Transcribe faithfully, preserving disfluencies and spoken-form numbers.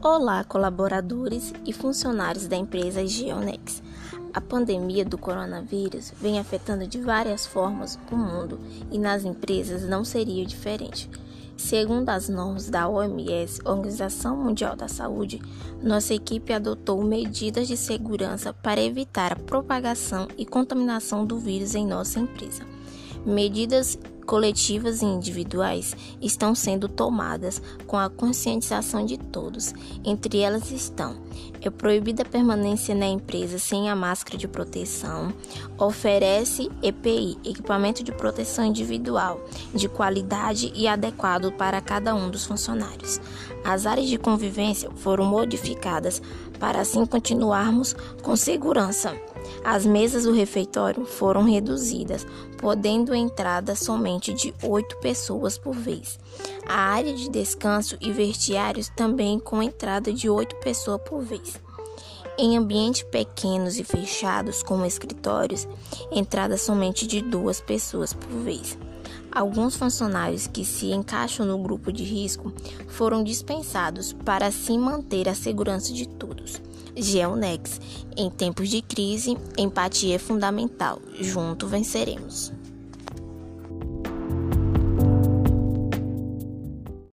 Olá, colaboradores e funcionários da empresa Geonex. A pandemia do coronavírus vem afetando de várias formas o mundo e nas empresas não seria diferente. Segundo as normas da O M S, Organização Mundial da Saúde, nossa equipe adotou medidas de segurança para evitar a propagação e contaminação do vírus em nossa empresa. Medidas coletivas e individuais estão sendo tomadas com a conscientização de todos. Entre elas estão: é proibida a permanência na empresa sem a máscara de proteção, oferece E P I, equipamento de proteção individual, de qualidade e adequado para cada um dos funcionários. As áreas de convivência foram modificadas para assim continuarmos com segurança. As mesas do refeitório foram reduzidas, podendo entrada somente de oito pessoas por vez. A área de descanso e vestiários também com entrada de oito pessoas por vez. Em ambientes pequenos e fechados, como escritórios, entrada somente de duas pessoas por vez. Alguns funcionários que se encaixam no grupo de risco foram dispensados para assim manter a segurança de todos. Geonex, em tempos de crise, empatia é fundamental. Junto venceremos.